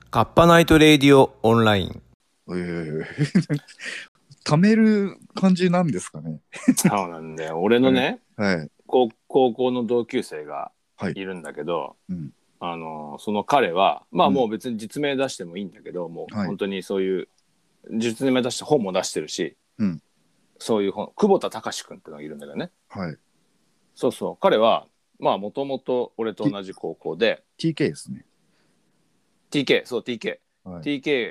カッパナイトレイディオオンライン。 貯める感じなんですかね。 そうなんだよ。俺のね、 はい。 高校の同級生がいるんだけど、 うん。 その彼はまあうんもう別に実名出してもいいんだけど、もうはい本当にそういう実名出して本も出してるし、 うん。 そういう本、久保田崇君ってのがいるんだけどね。 はい。 そうそう、彼はまあもともと俺と同じ高校で TK ですね。 TK、そう TK、 はい。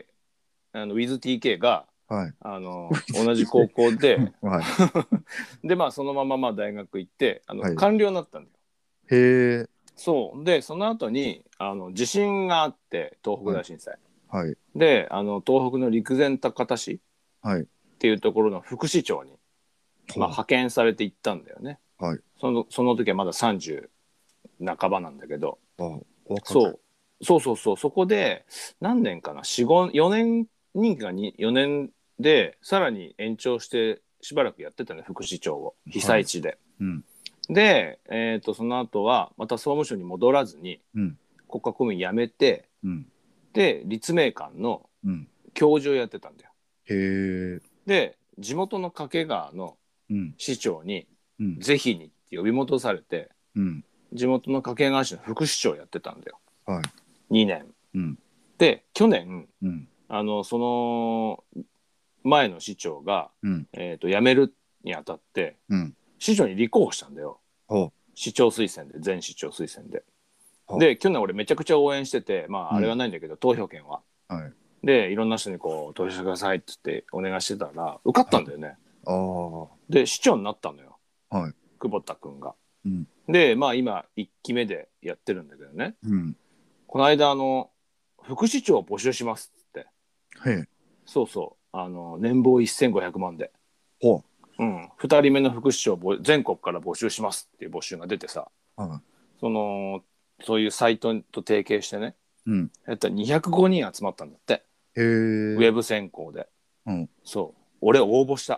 TK、with TK がはい。 同じ高校ではい。 でまあそのまままあ大学行ってはい官僚になったんだよ。 へえ。 そうでその後に地震があって東北大震災、 はい。 で東北の陸前高田市はい。 っていうところの副市長に、まあ、派遣されていったんだよね。 はい。 その時はまだ30半ばなんだけど、 あ、若そうそこで何年かな4年任期が4年でさらに延長してしばらくやってたね、副市長を被災地で、 うん。 で、その後はまた総務省に戻らずにうん。 国家公務員辞めて、 うん。 で立命館のうん。 教授をやってたんだよ。 へえ。 で地元の掛川のうん。 市長にうん。 ぜひにって呼び戻されて、 うん。 地元の掛川市の副市長をやってたんだよ、 はい。 2年。 うん。 で去年うん。 その前の市長が、 うん。 辞めるにあたってうん。 市長に立候補したんだよ。 ほ市長推薦で、前市長推薦で。 う。 で去年俺めちゃくちゃ応援してて、まあうんあれはないんだけど、投票権は。 はい。 でいろんな人にこう投票してくださいって言ってお願いしてたら受かったんだよね。 ああ。 で市長になったのよ、 はい。 久保田君が。 うん。 でまあ今1期目でやってるんだけどね、 うん。 この間副市長を募集しますって。 へえ。 そうそう年俸1500万で、 ほ 2人目の副市長を全国から募集しますっていう募集が出てさ、 う。はそういうサイトと提携してね、 い。うん。 やったら205人集まったんだって、 へえ。 ウェブ選考で。 うん。 そう俺応募した。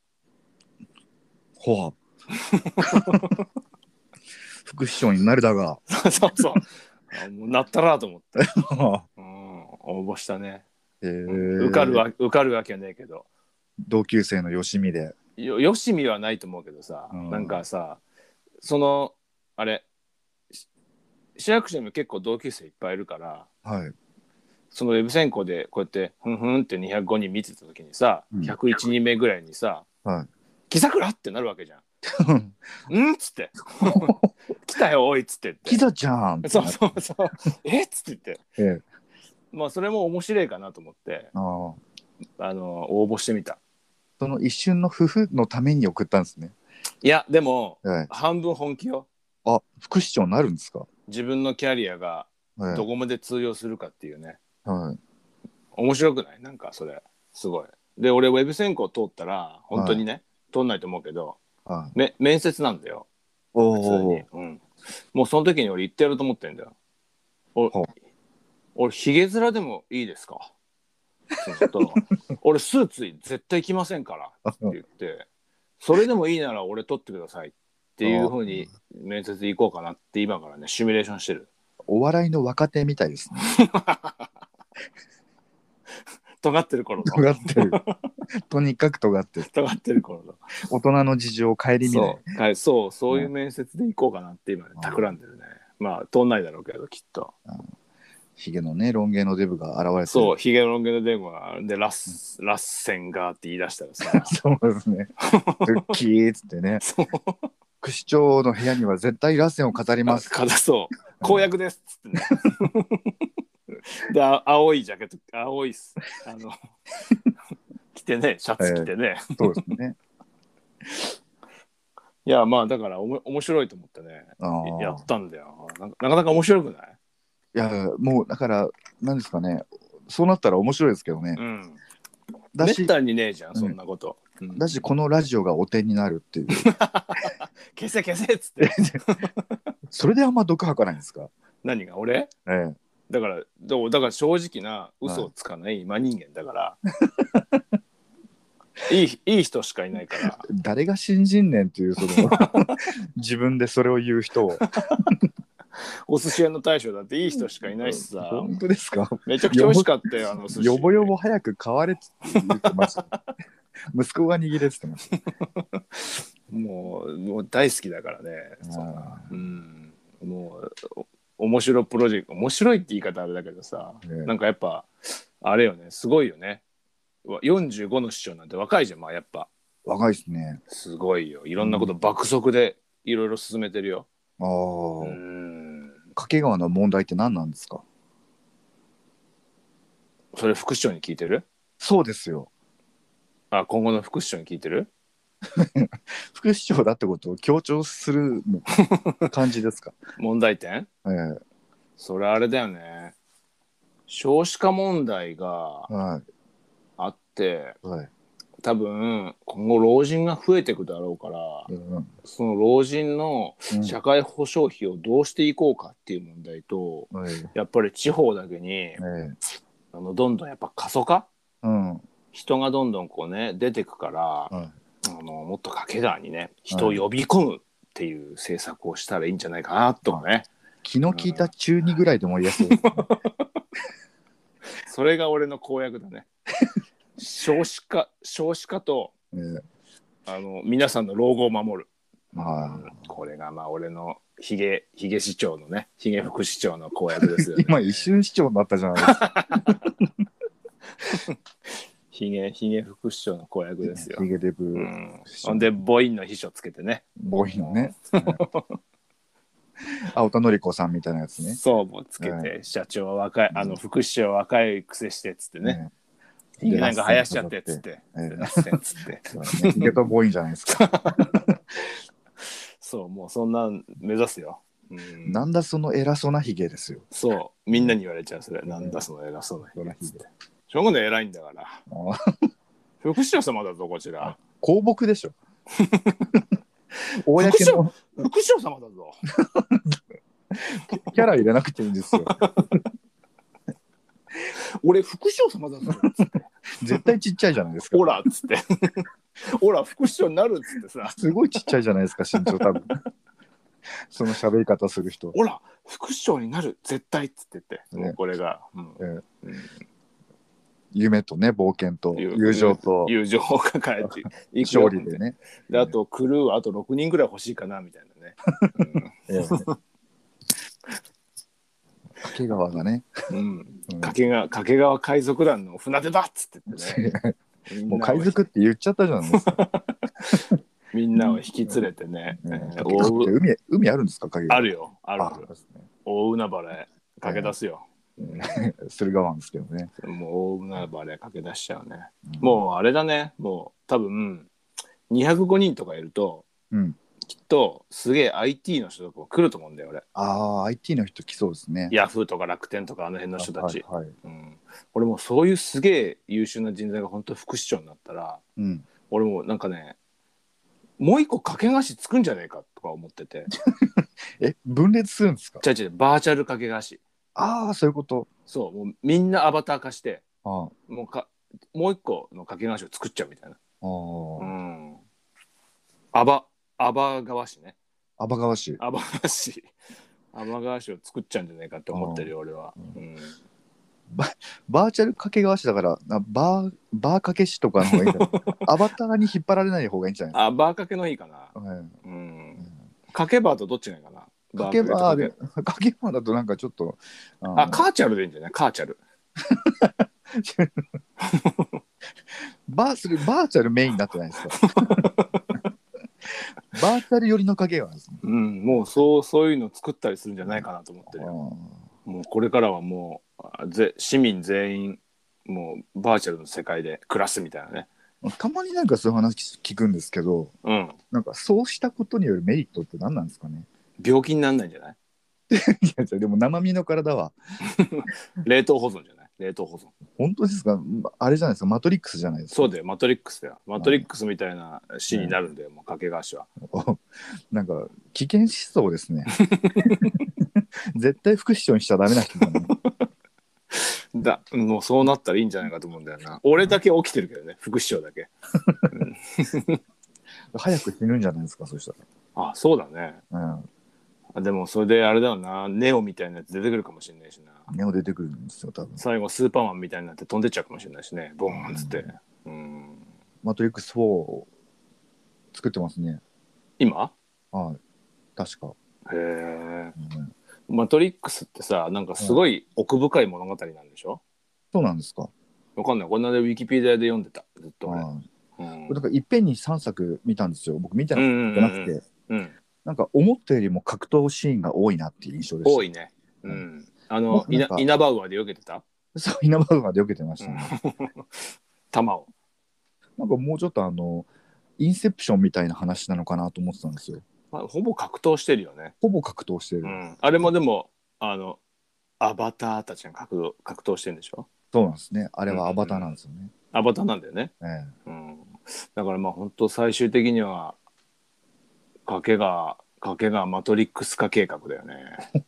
ほう。副市長になるだが。 そうそうもうなったらと思って、応募したね。 へえ。 受かるわけはねえけど、 同級生のよしみで。 よしみはないと思うけどさ、なんかさ、あれ市役所にも結構同級生いっぱいいるから、 はい。 そのウェブ選考でこうやってふんふんって205人見てた時にさ、101人目ぐらいにさはい。 「木桜!」ってなるわけじゃん。うんっつって「来たよおい」っつってってキザちゃん。 そうそうそうえっつって言って、 ええ。 まあそれも面白いかなと思ってああ。 応募してみた。 その一瞬の夫婦のために送ったんですね。 いやでもはい。 半分本気よ。 あ、副市長になるんですか。 自分のキャリアがはい。 どこまで通用するかっていうね。 はい。 面白くない？なんかそれすごい。で俺ウェブ選考通ったら本当にね、通んないと思うけど、 はい。 面接なんだよお普通に、もうその時に俺言ってやると思ってんだよ。俺ヒゲ面でもいいですかそうすると俺スーツ絶対着ませんからって言って、それでもいいなら俺取ってくださいっていう風に面接行こうかなって今からねシミュレーションしてる。 お笑いの若手みたいですね。 尖ってる頃の尖ってる。とにかく尖ってる。 尖ってる頃の大人の事情を顧みない。 そういう面接で行こうかなって今ね企んでるね。まあ通んないだろうけどきっと。 ヒゲのねロン毛のデブが現れて、 そうヒゲのロン毛のデブがでラッセンガーって言い出したらさそうですね。ルッキーっつってね。副市長の部屋には絶対ラッセンを飾ります。 そう公約ですっつってねで青いジャケット青い着てね、シャツ着てね、 そうですね。 いやまあだから面白いと思ってねやったんだよ。なかなか面白くない？ いやもうだからなんですかね、そうなったら面白いですけどね。 めったにねえじゃんそんなこと、 だしこのラジオが汚点になるっていう消せ消せっつってそれであんま毒吐かないんですか？ 何が俺？だから正直な嘘をつかない真人間だから、いい人しかいないから。 誰が信じんねんっていう自分でそれを言う人をお寿司屋の大将だっていい人しかいないしさ。 本当ですか？ めちゃくちゃ美味しかったよ、寿司。 よぼよぼ早く買われって言ってました。息子が握れって言ってました。 もう大好きだからね。もう面白プロジェクト、面白いって言い方あれだけどさ、なんかやっぱあれよね、すごいよね。45の師匠なんて若いじゃん。まあやっぱ若いですね。 すごいよ。いろんなこと爆速でいろいろ進めてるよ。 掛川の問題って何なんですか？ それ副市長に聞いてる？ そうですよ。 今後の副市長に聞いてる？ 副市長だってことを強調する感じですか？ 問題点？それあれだよね。少子化問題があって、多分今後老人が増えていくだろうから、その老人の社会保障費をどうしていこうかっていう問題と、やっぱり地方だけに、どんどんやっぱ過疎化、人がどんどんこうね出てくから、もっと掛川にね人を呼び込むっていう政策をしたらいいんじゃないかなとね。 気の利いた中2ぐらいでもいいやつ。 それが俺の公約だね。少子化と、皆さんの老後を守る。これがまあ俺のヒゲ市長のね、ヒゲ副市長の公約ですよね。 今一瞬市長になったじゃないですか。 ヒゲ副市長の公約ですよ。 ヒゲデブ。 ほんで母音の秘書つけてね。 母音のね。青田典子さんみたいなやつね。 そうもつけて、社長は若い、副市長は若いくせしてっつってね。ヒゲなんか生やしちゃってっつって。 ヒゲと母音じゃないですか。 そう、もうそんなん目指すよ。 なんだその偉そうなヒゲですよ。 そう、みんなに言われちゃうそれ。なんだその偉そうなヒゲっつって。しょうがない偉いんだから。副市長様だぞこちら。 公僕でしょ。 副市長様だぞ。 キャラ入れなくていいんですよ。 俺副市長様だぞっつって。 絶対ちっちゃいじゃないですか。 ほらっつって。ほら副市長になるっつってさ。 すごいちっちゃいじゃないですか身長多分。その喋り方する人。 ほら副市長になる絶対っつってて、もうこれが。 夢とね冒険と友情を抱えていく勝利でね。 であとクルーはあと6人ぐらい欲しいかなみたいなね。 掛川がね、 掛川海賊団の船出だっつってね。 もう海賊って言っちゃったじゃないですか。 みんなを引き連れてね。 海あるんですか？掛川。 あるよ、ある。大海原駆け出すよ。 駿河湾ですけどね。 もう大海原駆け出しちゃうね。もうあれだね。もう多分205人とかいると、きっとすげえ IT の人とか来ると思うんだよ俺。 IT の人来そうですね。 ヤフーとか楽天とかあの辺の人たち。俺もそういうすげえ優秀な人材が本当副市長になったら、俺もなんかね、もう一個掛け菓子つくんじゃねえかとか思ってて。 分裂するんですか？ バーチャル掛け菓子。 そういうこと。 そう、もうみんなアバター化して、もう一個の掛け菓子を作っちゃうみたいな。アバ川市ね。 アバ川市を作っちゃうんじゃないかって思ってるよ俺は。 バーチャル掛川市だからバー掛け市とかの方がいいんじゃないアバターに引っ張られない方がいいんじゃないですか？ バー掛けのいいかな。掛けバーとどっちがいいかな？ 掛けバーだとなんかちょっとカーチャルでいいんじゃない？カーチャル。 バーチャルメインになってないですか？バーチャル寄りの掛けバーですね。 もうそういうの作ったりするんじゃないかなと思ってるよ。もうこれからはもう市民全員もうバーチャルの世界で暮らすみたいなね。 たまになんかそういう話聞くんですけど、なんかそうしたことによるメリットって何なんですかね？ 病気にならないんじゃない？ いやでも生身の体は冷凍保存じゃない？冷凍保存。 本当ですか？あれじゃないですか？マトリックスじゃないですか？ そうだよ、マトリックスだよ。マトリックスみたいな死になるんだよ、もう掛川市は。 なんか危険思想ですね。絶対副市長にしちゃダメな人だね。 もうそうなったらいいんじゃないかと思うんだよな。俺だけ起きてるけどね、副市長だけ。 早く死ぬんじゃないですか、そしたら。 そうだね。 でもそれであれだよな、ネオみたいなやつ出てくるかもしれないしな。 ネオ出てくるんですよ多分。 最後スーパーマンみたいになって飛んでっちゃうかもしれないしね、ボーンっつって。 マトリックス4を作ってますね。 今？ はい。確か。 へえ。マトリックスってさ、なんかすごい奥深い物語なんでしょ？ そうなんですか。 わかんない。こんなでウィキペディアで読んでた、ずっと俺。 だからいっぺんに3作見たんですよ。僕見てなくて、なんか思ったよりも格闘シーンが多いなっていう印象でした。 多いね。イナバウアーで避けてた？ そう、イナバウアーで避けてましたね。 弾を。 なんかもうちょっとインセプションみたいな話なのかなと思ってたんですよ。 ほぼ格闘してるよね。 ほぼ格闘してる。 あれもでもアバターたちが格闘してるんでしょ？ そうなんですね。あれはアバターなんですよね。 アバターなんだよね。だからまあ本当最終的には賭けがマトリックス化計画だよね。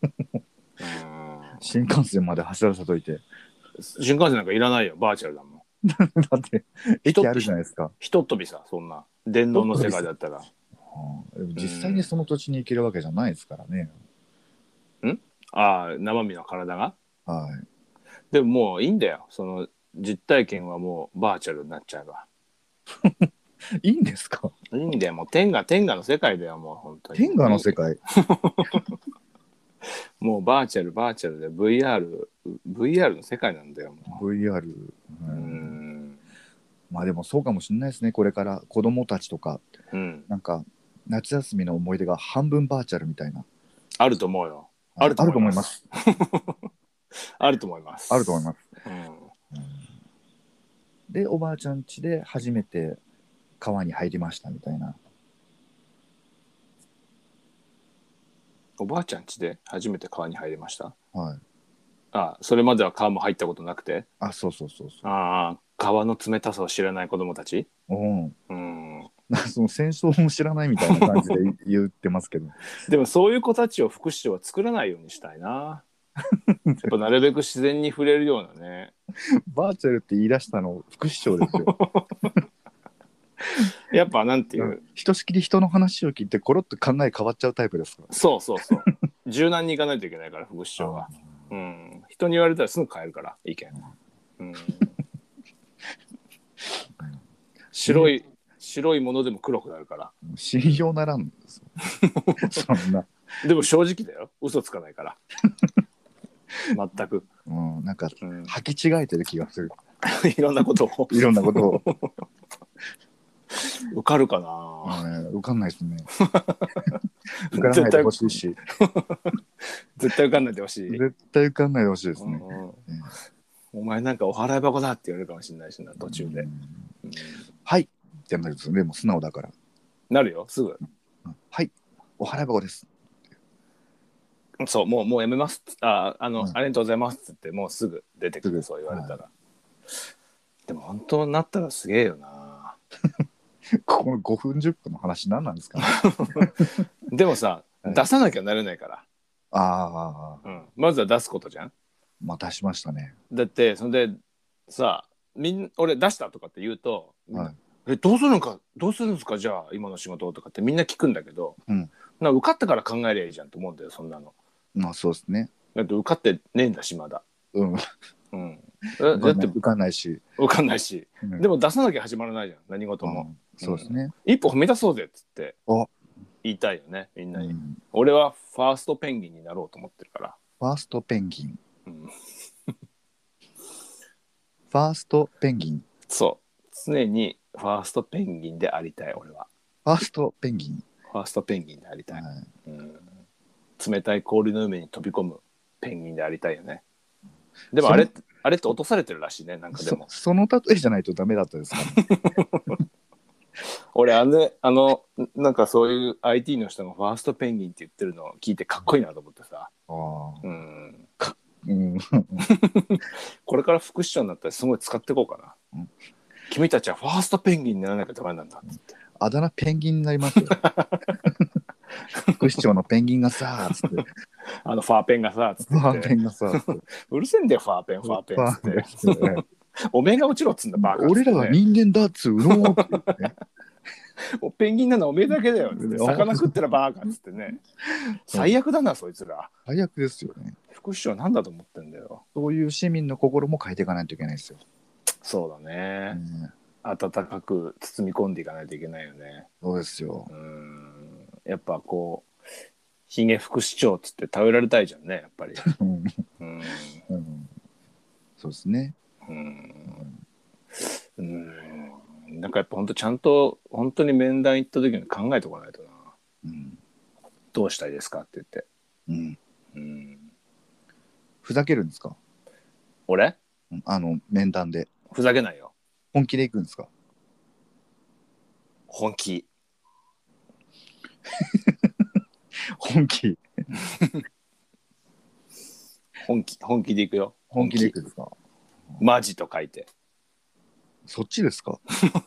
新幹線まで走らせといて。 新幹線なんかいらないよ、バーチャルだもん。 だって駅あるじゃないですか。 ひとっ飛びさ、そんな電脳の世界だったら。 実際にその土地に行けるわけじゃないですからね。 生身の体が。 はい。 でももういいんだよ、その実体験はもうバーチャルになっちゃえば。 いいんですか？ いいんだよ、もう天下の世界だよ、もう本当に。 天下の世界。 もうバーチャルで VR の世界なんだよ、もう。 VR。まあでもそうかもしれないですね。これから子供たちとか、なんか夏休みの思い出が半分バーチャルみたいな。 あると思うよ。 あると思います。 あると思います。 あると思います。で、おばあちゃん家で初めて川に入りましたみたいな。 おばあちゃん家で初めて川に入りました。 はい。 それまでは川も入ったことなくて。 そう。 川の冷たさを知らない子供たち。 その戦争も知らないみたいな感じで言ってますけど。 でもそういう子たちを副市長は作らないようにしたいな。やっぱなるべく自然に触れるようなね。 バーチャルって言い出したの副市長ですよ。 やっぱなんていう、 ひとしきり人の話を聞いてコロッと考え変わっちゃうタイプですから。 そう柔軟にいかないといけないから、副市長は。人に言われたらすぐ変えるから意見。白いものでも黒くなるから。 信用ならんですそんな。 でも正直だよ、嘘つかないから。全く。 なんか履き違えてる気がする。 いろんなことを。受かるかな。 受かんないですね。受からないでほしいし。 絶対受かんないでほしい。 絶対受かんないでほしいですね。 お前なんかお払い箱だって言われるかもしれないしな、途中で。 はいってなるんですよ。でも素直だから。 なるよ、すぐ。 はい、お払い箱です。 そう、もうやめます。ありがとうございますってもうすぐ出てくる、そう言われたら。でも本当になったらすげえよな。 この5分10分の話何なんですかね。 でもさ、出さなきゃなれないから。まずは出すことじゃん。 まあ出しましたね。 だってそれでさ、俺出したとかって言うと、どうするんですかじゃあ今の仕事とかってみんな聞くんだけど、受かったから考えりゃいいじゃんと思うんだよ、そんなの。 まあそうですね。 だって受かってねえんだし、まだ。 だって受かんないし。 でも出さなきゃ始まらないじゃん、何事も。 そうですね。 一歩踏み出そうぜっつって言いたいよね、みんなに。俺はファーストペンギンになろうと思ってるから。 ファーストペンギン。ファーストペンギン。 そう。常にファーストペンギンでありたい、俺は。 ファーストペンギン。 ファーストペンギンでありたい。冷たい氷の海に飛び込むペンギンでありたいよね。でもあれって落とされてるらしいね、なんかでも。 その例えじゃないとダメだったですかね。 俺なんかそういう IT の人がファーストペンギンって言ってるのを聞いてかっこいいなと思ってさ。これから副市長になったらすごい使っていこうかな。君たちはファーストペンギンにならなきゃダメなんだって。 あだ名ペンギンになりますよ。副市長のペンギンがさーつって。 ファーペンがさーつって。 ファーペンがさーつって。 うるせえんだよ、ファーペンつって。おめえが落ちろっつんだ、バカ。 俺らは人間だっつうのって言ってね。 ペンギンなのおめえだけだよっつって魚食ったらバーカっつってね最悪だなそいつら。 最悪ですよね。 副市長なんだと思ってんだよ。 そういう市民の心も変えていかないといけないですよ。 そうだね、温かく包み込んでいかないといけないよね。 そうですよ。 やっぱこうひげ副市長っつって頼られたいじゃんねやっぱり。 そうですね。 なんかやっぱ本当ちゃんと本当に面談行った時に考えておかないとな、どうしたいですかって言って、 ふざけるんですか？ 俺面談でふざけないよ。 本気で行くんですか？ 本気本気本気で行くよ。 本気で行くんですか？ マジと書いて。 そっちですか？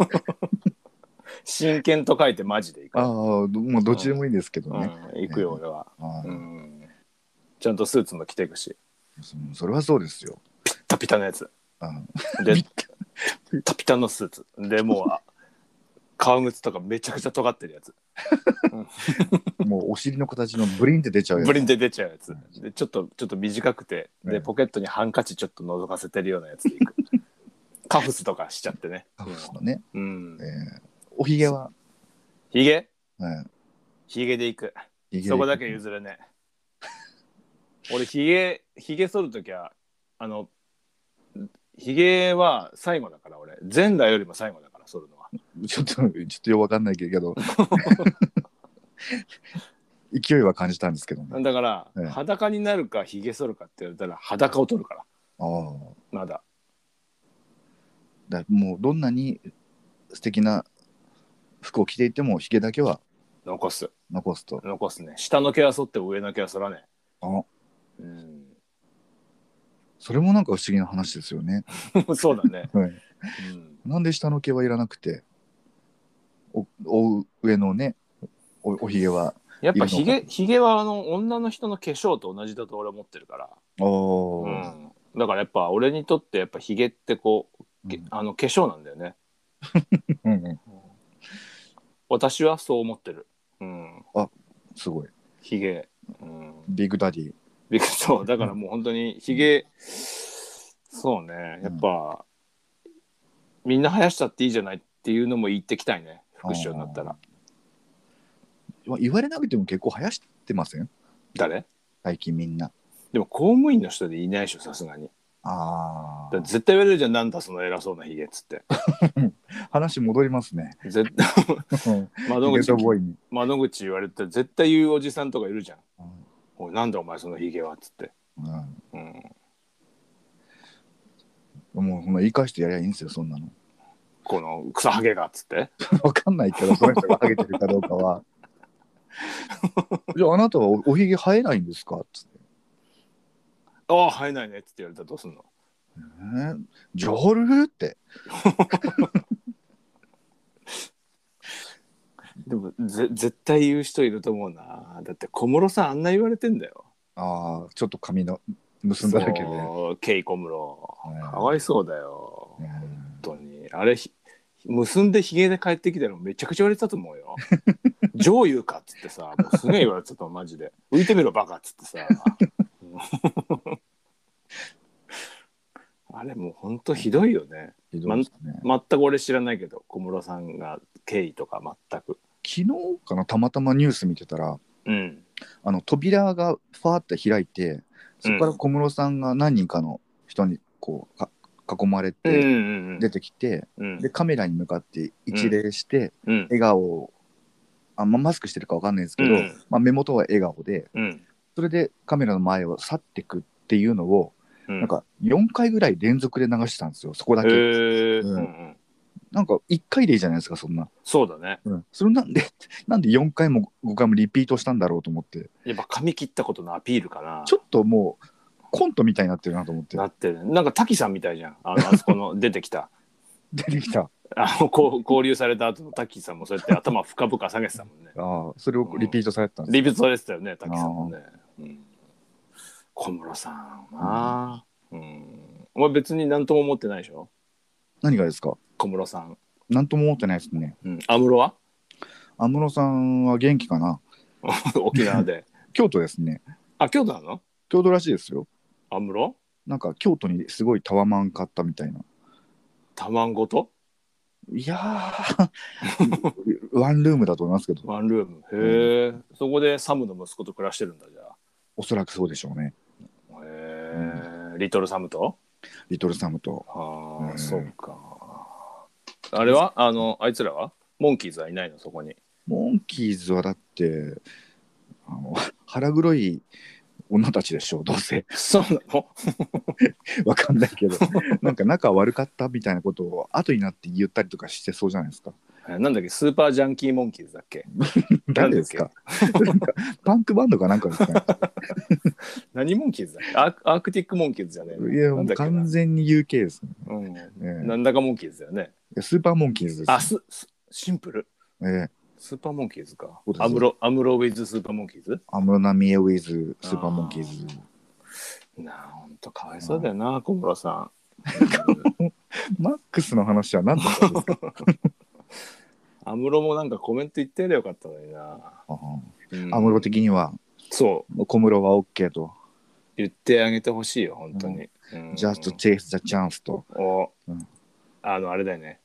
真剣と書いてマジで行く。 もうどっちでもいいですけどね。 行くよ俺は。ちゃんとスーツも着ていくし。 それはそうですよ。 ピッタピタのやつ。でピッタピタのスーツでもう革靴とかめちゃくちゃ尖ってるやつ。 もうお尻の形のブリンって出ちゃうやつ。 ブリンって出ちゃうやつ。でちょっと短くてでポケットにハンカチちょっと覗かせてるようなやつでいく。カフスとかしちゃってね。 カフスのね。おひげは？ ひげ？ひげでいく。そこだけ譲れね。俺ひげ剃るときはひげは最後だから俺前代よりも最後だから剃るのは。 ちょっとよくわかんないけど勢いは感じたんですけどね。 だから、裸になるかひげ剃るかって言われたら裸を取るから。まだもうどんなに素敵な服を着ていてもひげだけは残すね。下の毛は剃って上の毛は剃らねえ。 それもなんか不思議な話ですよね。 そうだね。 なんで下の毛はいらなくて上のねおひげはやっぱひげは女の人の化粧と同じだと俺は思ってるから。だからやっぱ俺にとってやっぱひげってこう化粧なんだよね。私はそう思ってる。 すごい。 ひげ。 ビッグダディ。 そうだからもう本当にひげ、そうねやっぱ、みんな生やしたっていいじゃないっていうのも言ってきたいね副市長になったら。 言われなくても結構生やしてません？ 誰？ 最近みんな。 でも公務員の人でいないでしょさすがに。絶対言われるじゃんなんだその偉そうなひげっつって話戻りますね。 絶対窓口言われて絶対言うおじさんとかいるじゃん。おいなんだお前そのひげはっつって。 もう言い返してやりゃいいんですよそんなの。 この草ハゲがっつって分かんないけどその人がハゲてるかどうかはじゃああなたはおひげ生えないんですかっつって。 生えないねっつって言われたらどうすんの？ ジョルってでも絶対言う人いると思うな。だって小室さんあんな言われてんだよ。 ちょっと髪の結んだだけでケイ小室かわいそうだよ本当に。あれ結んでひげで帰ってきたらめちゃくちゃ言われてたと思うよ。上優かっつってさもうすげえ言われてたマジで浮いてみろバカっつってさあれもうほんとひどいよね。全く俺知らないけど小室さんが経緯とか全く。 昨日かなたまたまニュース見てたら、扉がファーって開いてそこから小室さんが何人かの人にこう囲まれて出てきて、でカメラに向かって一礼して、笑顔をマスクしてるか分かんないですけど、目元は笑顔で、それでカメラの前を去ってくっていうのを、なんか4回ぐらい連続で流してたんですよそこだけ。なんか1回でいいじゃないですかそんな。 そうだね。 それなんで4回も5回もリピートしたんだろうと思って。 やっぱ髪切ったことのアピールかな。 ちょっともうコントみたいになってるなと思って。 なってる。なんか滝さんみたいじゃんあそこの出てきた交流された後の滝さんもそうやって頭深々下げてたもんね。 それをリピートされてたんです。 リピートされてたよね滝さんもね。小室さんな。お前別に何とも思ってないでしょ？ 何がですか？ 小室さんなんとも思ってないですね。 安室は？ 安室さんは元気かな。 沖縄で。 京都ですね。 あ、京都なの？ 京都らしいですよ。 安室？ なんか京都にすごいタワマン買ったみたいな。 タワンごと？ いやーワンルームだと思いますけど。 ワンルーム。へえ、そこでサムの息子と暮らしてるんだじゃあ。 おそらくそうでしょうね。 へえ、リトルサムと？ リトルサムと。 ああ、そうか。あれはあいつらはモンキーズはいないのそこに？ モンキーズはだって腹黒い女たちでしょうどうせ。 そうなの？ わかんないけどなんか仲悪かったみたいなことを後になって言ったりとかしてそうじゃないですか。 なんだっけ、スーパージャンキーモンキーズだっけ？ 誰ですか？なんかパンクバンドかなんかですかね。 何モンキーズだっけ？アークティックモンキーズじゃねえの？ いやもう完全に UK ですね。 なんだかモンキーズだよね。 スーパーモンキーズです、ね。 あ、シンプル。スーパーモンキーズか。アムロウィズスーパーモンキーズ？ 安室奈美恵ウィズスーパーモンキーズ。 ほんとかわいそうだよな、小室さん。 マックスの話は何だったんですか？ 安室もなんかコメント言ってりゃよかったのにな。 安室的にはそう小室は OK と言ってあげてほしいよ本当に。 Just chase the chance と。 あれだよね。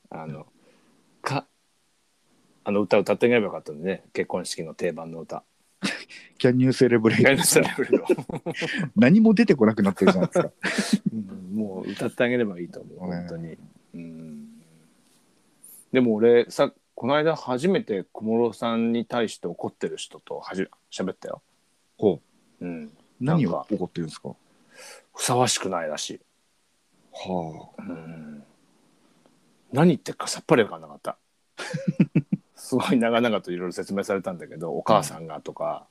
歌歌ってあげればよかったんでね、結婚式の定番の歌。 Can you celebrate? 何も出てこなくなってるじゃないですか。 もう歌ってあげればいいと思う本当に。でも俺さ、この間初めて小室さんに対して怒ってる人と喋ったよ。 ほう。何を怒ってるんですか？ ふさわしくないらしい。 はあ。 何言ってるかさっぱり分かんなかった。すごい長々といろいろ説明されたんだけど、お母さんがとか、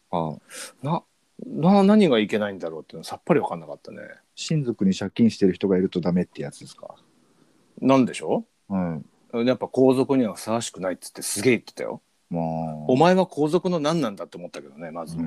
何がいけないんだろうっていうのさっぱり分かんなかったね。 親族に借金してる人がいるとダメってやつですか？ なんでしょう？やっぱ皇族にはふさわしくないっつってすげえ言ってたよ。お前は皇族の何なんだって思ったけどね、まず。で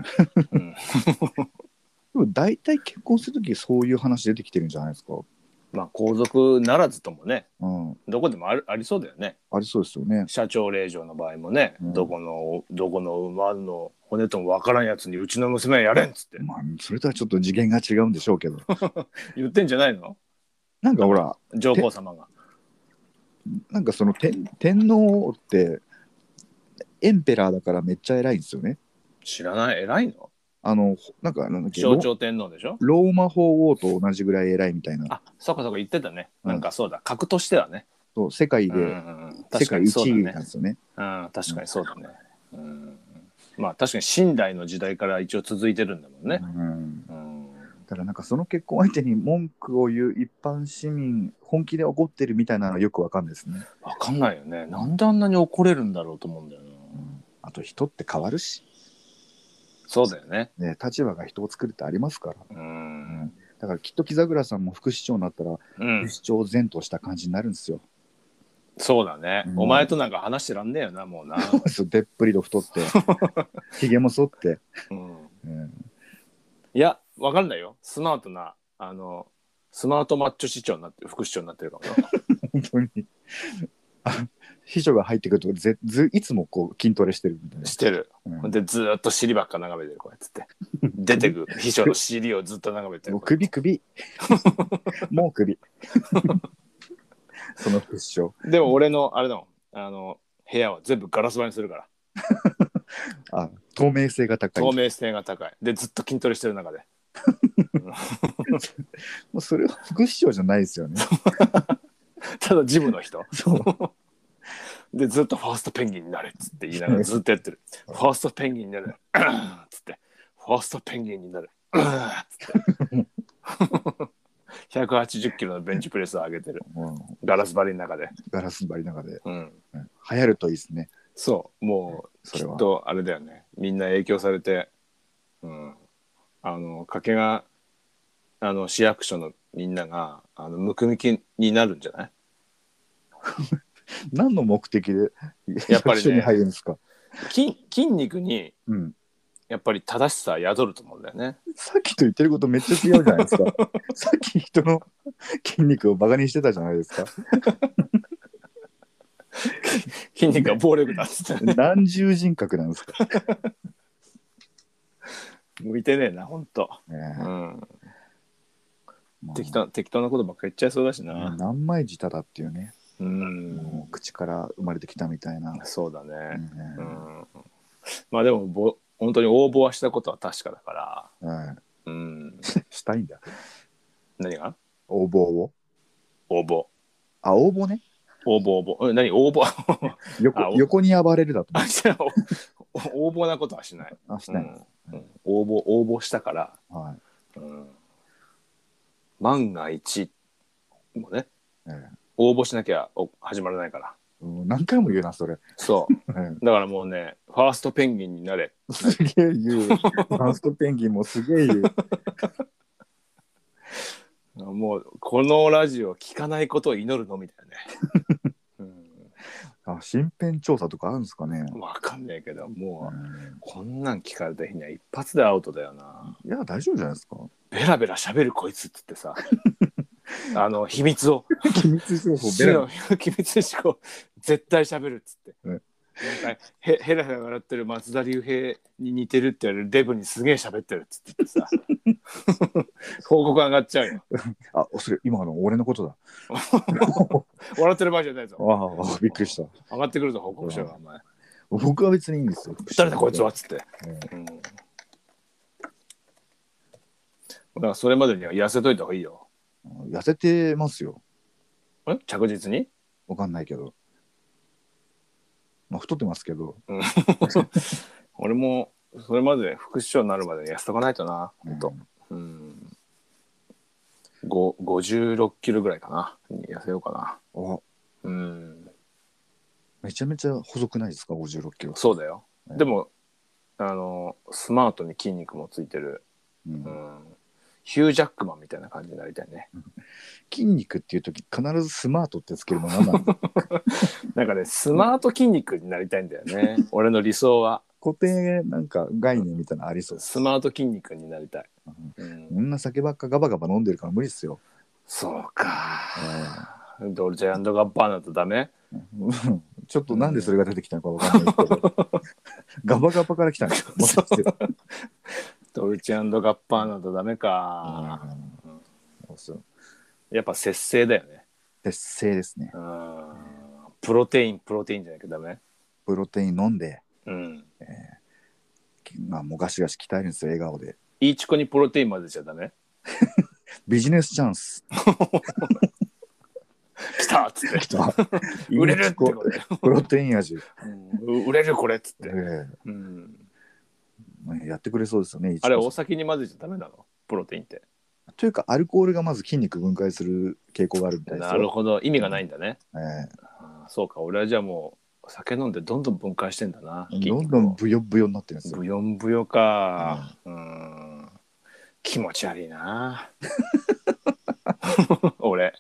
も大体結婚するときそういう話出てきてるんじゃないですか？ まあ皇族ならずともね、どこでもありそうだよね。 ありそうですよね。 社長令嬢の場合もね、どこの馬の骨ともわからんやつにうちの娘はやれんっつって。 それとはちょっと次元が違うんでしょうけど。 言ってんじゃないの？ なんかほら上皇様が。 なんかその天皇ってエンペラーだからめっちゃ偉いんですよね。 知らない？偉いの？ なんか象徴天皇でしょ？ ローマ法王と同じぐらい偉いみたいな。 あ、そうか言ってたね。なんかそうだ、格としてはね。 そう世界で、世界1位なんですよね。 確かにそうだね。まあ確かに清代の時代から一応続いてるんだもんね。 だからなんかその結婚相手に文句を言う一般市民本気で怒ってるみたいなのはよくわかんないですね。 わかんないよね。なんであんなに怒れるんだろうと思うんだよな。 あと人って変わるし。 そうだよね。 立場が人を作るってありますから。だからきっと木桜さんも副市長になったら、副市長前とした感じになるんですよ。 そうだね。お前となんか話してらんねえよな、もうな。 でっぷりと太ってひげも剃って。 いや、わかんないよ。スマートなスマートマッチョ市長になって副市長になってるかもよ。 本当に。秘書が入ってくるといつもこう筋トレしてるみたいな。 してる。でずっと尻ばっか眺めてるこうやって出てく秘書の尻をずっと眺めてる。 もう首もう首その副市長。 でも俺のあれだもん、部屋は全部ガラス張りにするから透明性が高い。 透明性が高いでずっと筋トレしてる中でもうそれは副市長じゃないですよね。 ただジムの人。 そうでずっとファーストペンギンになれっつって言いながらずっとやってる。ファーストペンギンになるっつってファーストペンギンになるっつって180キロのベンチプレスを上げてる、ガラス張りの中で。 流行るといいですね。 そうもうきっとあれだよね、みんな影響されて、掛川市役所のみんながムキムキになるんじゃない？ 何の目的でやっぱりね、 に入るんですか？ 筋肉にやっぱり正しさ宿ると思うんだよね。 さっきと言ってることめっちゃ違うじゃないですか。さっき人の筋肉をバカにしてたじゃないですか。 筋肉は暴力だっつって、ね、 何重人格なんですか。 向いてねえなほんと、適当なことばっかり言っちゃいそうだしな。 何枚舌だっていうね、 もう口から生まれてきたみたいな。 そうだね、まあでも本当に応募はしたことは確かだから、 したいんだ。 何が応募を応募ね。 応募何応募横に暴れるだと応募なことはしない。 しない、 応募したから、万が一もね、応募しなきゃ始まらないから。 何回も言うなそれ。 そうだからもうね、ファーストペンギンになれ。 すげえ言う。ファーストペンギンもすげえ言う。 もうこのラジオ聞かないことを祈るのみたいなね。 身辺調査とかあるんですかね。 わかんないけど、もう、こんなん聞かれた日には一発でアウトだよな。 いや大丈夫じゃないですか。 ベラベラ喋るこいつっつってさ秘密情報機密事項絶対喋るっつって、なんかヘラヘラ笑ってる松田龍平に似てるって言われるデブにすげえ喋ってるっつってさ報告上がっちゃうよ。 それ今の俺のことだ。 笑ってる場合じゃないぞ。 びっくりした。 上がってくるぞ報告書が。お前僕は別にいいんですよ。 誰だこいつはっつって、だからそれまでには痩せといた方がいいよ。 痩せてますよ。 着実にわかんないけど、太ってますけど、 俺もそれまで副市長になるまでに痩せとかないとな。56キロぐらいかな痩せようかな。 めちゃめちゃ細くないですか56キロ。 そうだよ、でもスマートに筋肉もついてる、ヒュージャックマンみたいな感じになりたいね。 筋肉っていう時必ずスマートってつけるの何なんだなんかねスマート筋肉になりたいんだよね俺の理想は。 固定なんか概念みたいなのありそう。 スマート筋肉になりたい。 みんな酒ばっかガバガバ飲んでるから無理っすよ。 そうか、ドルチェ&ガッバーナとダメちょっとなんでそれが出てきたのかわかんないけど、ガバガバから来たんですよ。 ドルチェ&ガッバーナとダメか、やっぱ節制だよね。 節制ですね。 プロテインじゃなきゃダメ。 プロテイン飲んで、もうガシガシ鍛えるんですよ笑顔で。 いいチコにプロテイン混ぜちゃダメビジネスチャンス来たっつって売れるってことでプロテイン味、 売れるこれっつって、 やってくれそうですよね。 あれお酒に混ぜちゃダメなのプロテインって。 というかアルコールがまず筋肉分解する傾向があるみたいですよ。 なるほど、意味がないんだね。そうか、俺はじゃあもう酒飲んでどんどん分解してんだな。 どんどんブヨブヨになってるんですよ。 ブヨンブヨか、気持ち悪いな俺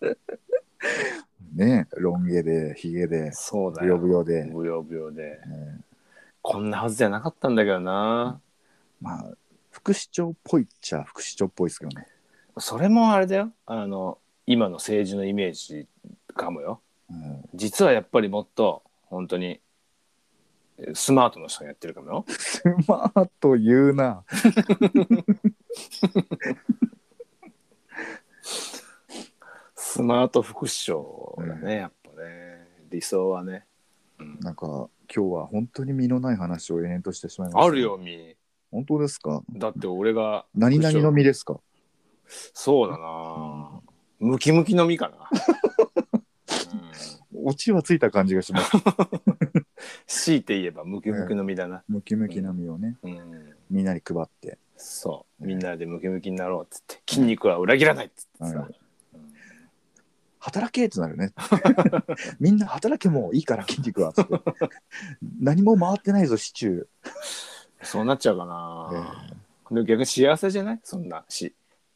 ねえ、ロン毛でヒゲでそうだブヨブヨでブヨブヨで、こんなはずじゃなかったんだけどな。 副市長っぽいっちゃ副市長っぽいですけどね。 それもあれだよ、今の政治のイメージかもよ、実はやっぱりもっと本当にスマートの人がやってるかもよ。 スマート言うなスマート副市長だね、やっぱね理想はね、 なんか今日は本当に身のない話を延々としてしまいました、 あるよ身。 本当ですか。 だって俺が何々の実ですか。 そうだな、ムキムキの実かなオチはついた感じがします強いて言えばムキムキの実だな、 ムキムキの実をね、みんなに配って、 そうみんなでムキムキになろうっつって、筋肉は裏切らないっつってさ、 働けってなるねみんな働けもいいから筋肉はっつって何も回ってないぞシチュー。 そうなっちゃうかな、でも逆に幸せじゃないそんなし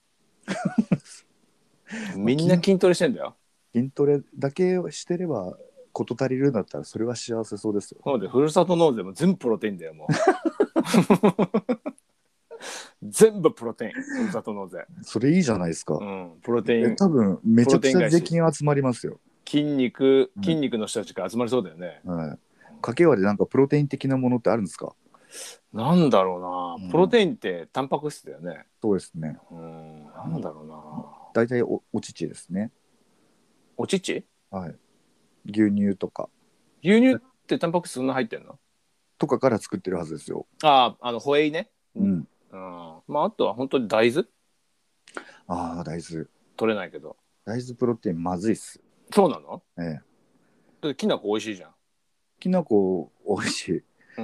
みんな筋トレしてんだよ。 筋トレだけしてれば事足りるんだったらそれは幸せそうですよ。 そうで、ふるさと納税も全部プロテインだよもう全部プロテイン、ふるさと納税。 それいいじゃないですか、 プロテイン多分めちゃくちゃ税金集まりますよ。 筋肉の人たちが集まりそうだよね。 はい。かけわでなんかプロテイン的なものってあるんですか？ なんだろうな、プロテインってタンパク質だよね。 そうですね。 なんだろうな。 大体お乳ですね。 お乳？ はい。牛乳とか。 牛乳ってタンパク質そんな入ってんの？ とかから作ってるはずですよ。 ホエイね。まああとは本当に大豆。 大豆。 取れないけど。 大豆プロテインまずいっす。 そうなの？ ええ。 だってきなこ美味しいじゃん。 きなこ美味しい。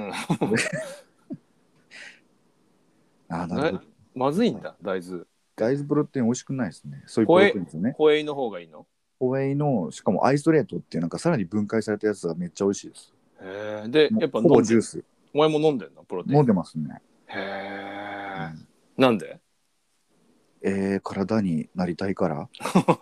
なるほど。 まずいんだ、大豆。 大豆プロテイン美味しくないですね。そういうプロテインですよね。 ホエイの方がいいの？ ホエイの、しかもアイソレートっていうなんかさらに分解されたやつがめっちゃ美味しいです。 へえ。で、やっぱほぼジュース。 お前も飲んでんの？プロテイン。 飲んでますね。 へえ。なんで？ 体になりたいから。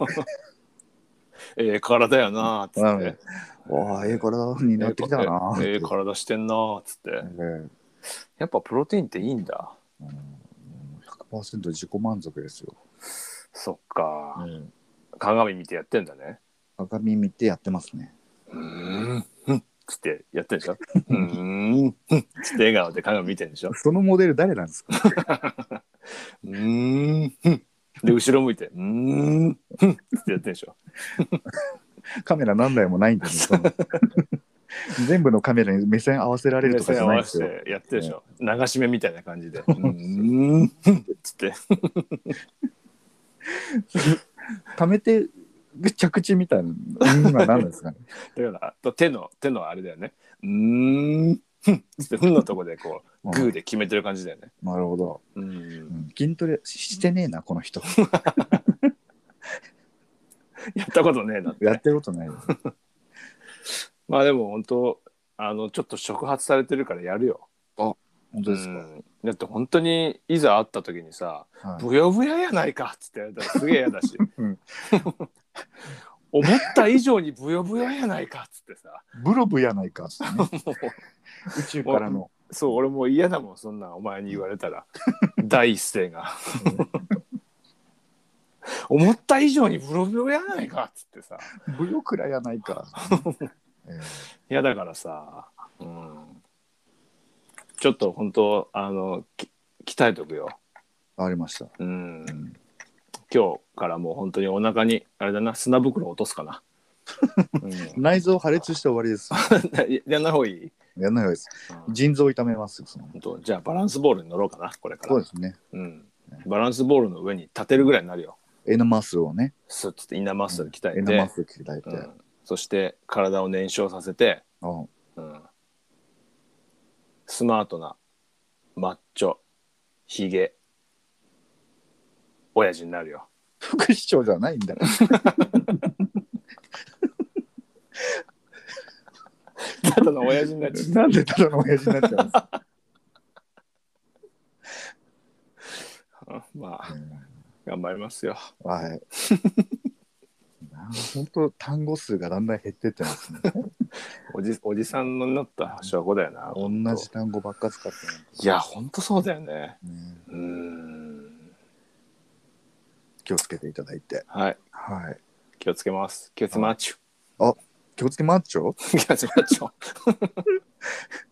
体やなーっつって。 体になってきたなー。 体してんなーっつって。やっぱプロテインっていいんだ。 100% 自己満足ですよ。 そっか。鏡見てやってんだね。 鏡見てやってますね。 つってやってんでしょ。つって笑顔で鏡見てんでしょ。 そのモデル誰なんですか？ で後ろ向いてってやってんでしょ。 カメラ何台もないんだね。全部のカメラに目線合わせられるとかじゃないですよ。 目線合わせてやってるでしょ。流し目みたいな感じで。つって。 溜めて着地みたいな今何ですかね。 だから手のあれだよね。つってのとこでこうグーで決めてる感じだよね。 なるほど。筋トレしてねえなこの人。 やったことねえなって。 やってることないよ。 まあでも本当ちょっと触発されてるからやるよ。 本当ですか？ だって本当にいざ会った時にさ、ブヨブヨやないかっつってやったらすげえ嫌だし、思った以上にブヨブヨやないかっつってさ、 ブロブやないかっつってね。宇宙からの。 そう、俺もう嫌だもん、そんなお前に言われたら。第一声が。思った以上にブロブヨやないかっつってさ。 ブヨくらやないか。 いやだからさ、ちょっと本当鍛えとくよ。 わかりました。 今日からもう本当にお腹にあれだな、砂袋落とすかな。 内臓破裂して終わりです。 やんない方がいい？ やんない方がいいです。腎臓痛めますよ。 じゃあバランスボールに乗ろうかな、これから。 そうですね。 バランスボールの上に立てるぐらいになるよ。 エナマッスルをね。 スッつってインナーマッスル鍛えて。 エナマッスル鍛えて。 そして体を燃焼させて、スマートなマッチョヒゲ親父になるよ。 副市長じゃないんだ。 ただの親父になっちゃう。 なんでただの親父になっちゃうんですか？ まあ、頑張りますよ。 はい。本当単語数がだんだん減ってってますね。 おじさんのなった証拠だよな。 同じ単語ばっか使ってる。 いや本当そうだよね。 気をつけていただいて。 はい。気をつけます。気をつけマッチョ。 気をつけマッチョ。 気をつけマッチョ。